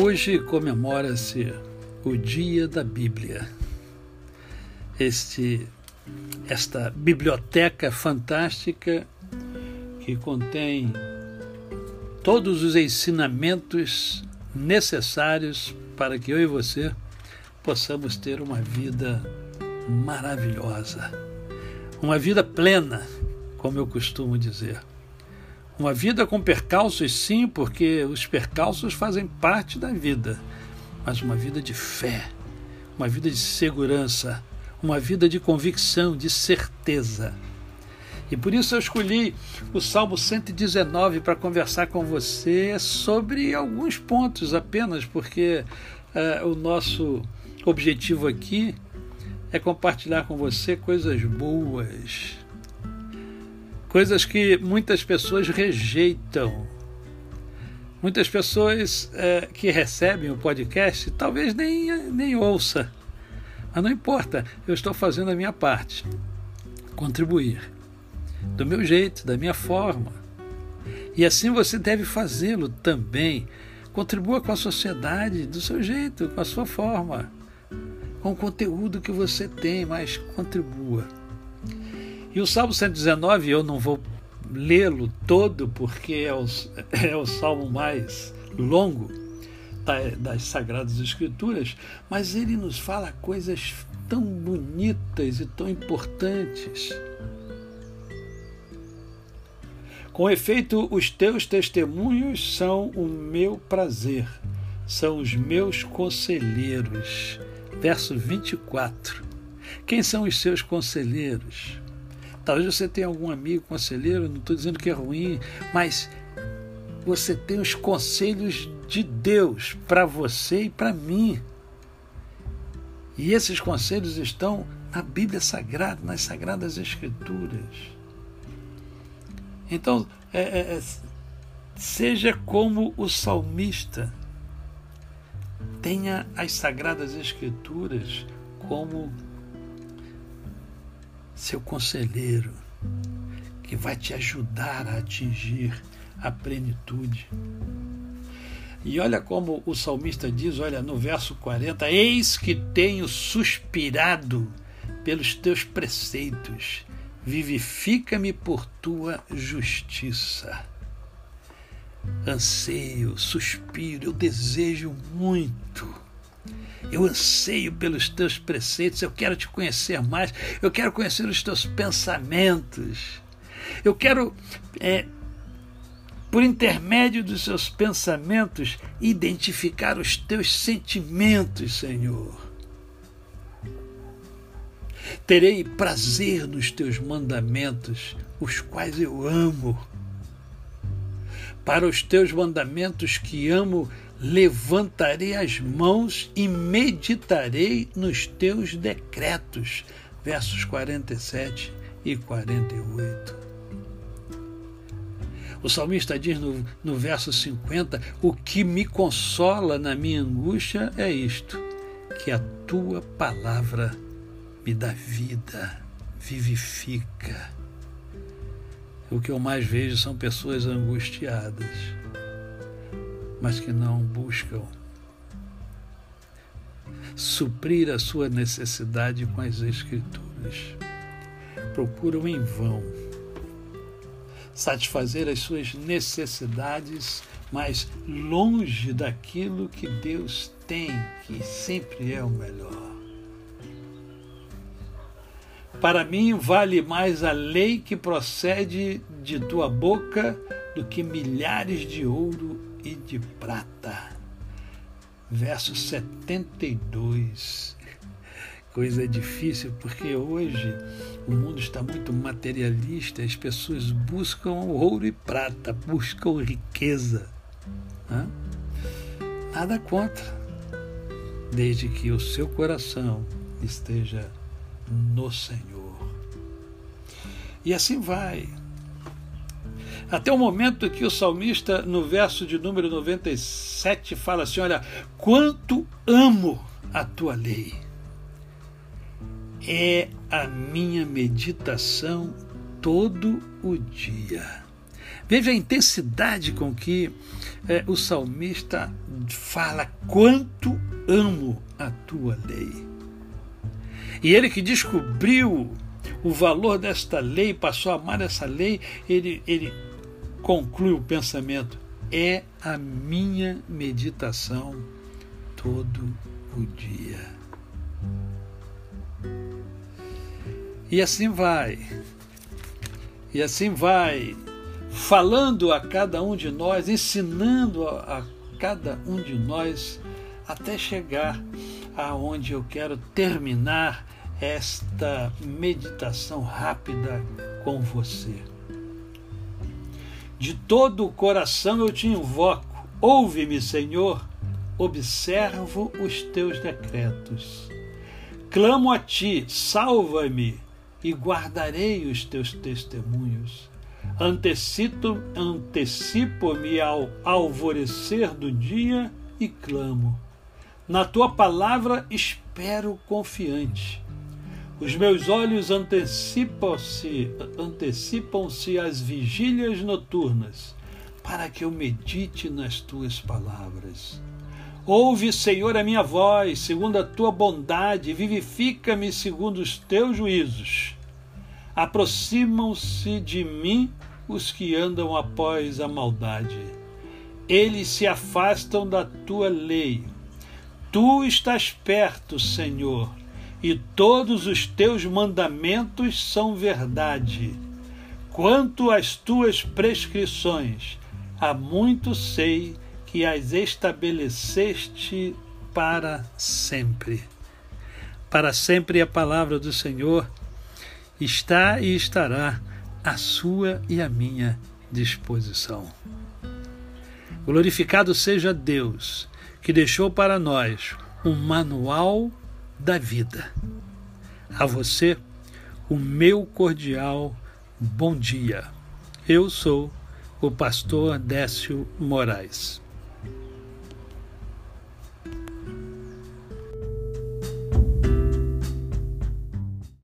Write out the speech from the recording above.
Hoje comemora-se o Dia da Bíblia. Esta biblioteca fantástica que contém todos os ensinamentos necessários para que eu e você possamos ter uma vida maravilhosa, uma vida plena, como eu costumo dizer. Uma vida com percalços, sim, porque os percalços fazem parte da vida, mas uma vida de fé, uma vida de segurança, uma vida de convicção, de certeza. E por isso eu escolhi o Salmo 119 para conversar com você sobre alguns pontos apenas, porque o nosso objetivo aqui é compartilhar com você coisas boas, coisas que muitas pessoas rejeitam. Muitas pessoas que recebem o podcast talvez nem ouça. Mas não importa, eu estou fazendo a minha parte. Contribuir. Do meu jeito, da minha forma. E assim você deve fazê-lo também. Contribua com a sociedade do seu jeito, com a sua forma. Com o conteúdo que você tem, mas contribua. E o Salmo 119, eu não vou lê-lo todo, porque é o salmo mais longo das Sagradas Escrituras, mas ele nos fala coisas tão bonitas e tão importantes. Com efeito, os teus testemunhos são o meu prazer, são os meus conselheiros. Verso 24. Quem são os seus conselheiros? Talvez você tenha algum amigo conselheiro, não estou dizendo que é ruim, mas você tem os conselhos de Deus para você e para mim. E esses conselhos estão na Bíblia Sagrada, nas Sagradas Escrituras. Então, seja como o salmista, tenha as Sagradas Escrituras como seu conselheiro, que vai te ajudar a atingir a plenitude. E olha como o salmista diz, olha no verso 40, eis que tenho suspirado pelos teus preceitos, vivifica-me por tua justiça. Anseio, suspiro, eu desejo muito. Eu anseio pelos teus preceitos, eu quero te conhecer mais, eu quero conhecer os teus pensamentos. Eu quero, por intermédio dos seus pensamentos, identificar os teus sentimentos, Senhor. Terei prazer nos teus mandamentos, os quais eu amo. Para os teus mandamentos que amo, levantarei as mãos e meditarei nos teus decretos. Versos 47 e 48. O salmista diz no verso 50, o que me consola na minha angústia é isto, que a tua palavra me dá vida, vivifica. O que eu mais vejo são pessoas angustiadas, mas que não buscam suprir a sua necessidade com as Escrituras. Procuram em vão satisfazer as suas necessidades, mas longe daquilo que Deus tem, que sempre é o melhor. Para mim vale mais a lei que procede de tua boca do que milhares de ouro e de prata. Verso 72. Coisa difícil, porque hoje o mundo está muito materialista, as pessoas buscam ouro e prata, buscam riqueza. Nada contra, desde que o seu coração esteja no Senhor. E assim vai. Até o momento que o salmista, no verso de número 97, fala assim, olha, quanto amo a tua lei. É a minha meditação todo o dia. Veja a intensidade com que o salmista fala: quanto amo a tua lei. E ele que descobriu o valor desta lei, passou a amar essa lei, ele conclui o pensamento: é a minha meditação todo o dia. E assim vai, falando a cada um de nós, ensinando a cada um de nós, até chegar aonde eu quero terminar esta meditação rápida com você. De todo o coração eu te invoco, ouve-me, Senhor, observo os teus decretos. Clamo a ti, salva-me, e guardarei os teus testemunhos. Antecipo-me ao alvorecer do dia e clamo. Na tua palavra espero confiante. Os meus olhos antecipam-se às vigílias noturnas, para que eu medite nas tuas palavras. Ouve, Senhor, a minha voz, segundo a tua bondade, vivifica-me segundo os teus juízos. Aproximam-se de mim os que andam após a maldade. Eles se afastam da tua lei. Tu estás perto, Senhor, e todos os teus mandamentos são verdade. Quanto às tuas prescrições, há muito sei que as estabeleceste para sempre. Para sempre a palavra do Senhor está e estará à sua e à minha disposição. Glorificado seja Deus, que deixou para nós um manual da vida. A você, o meu cordial bom dia. Eu sou o pastor Décio Moraes.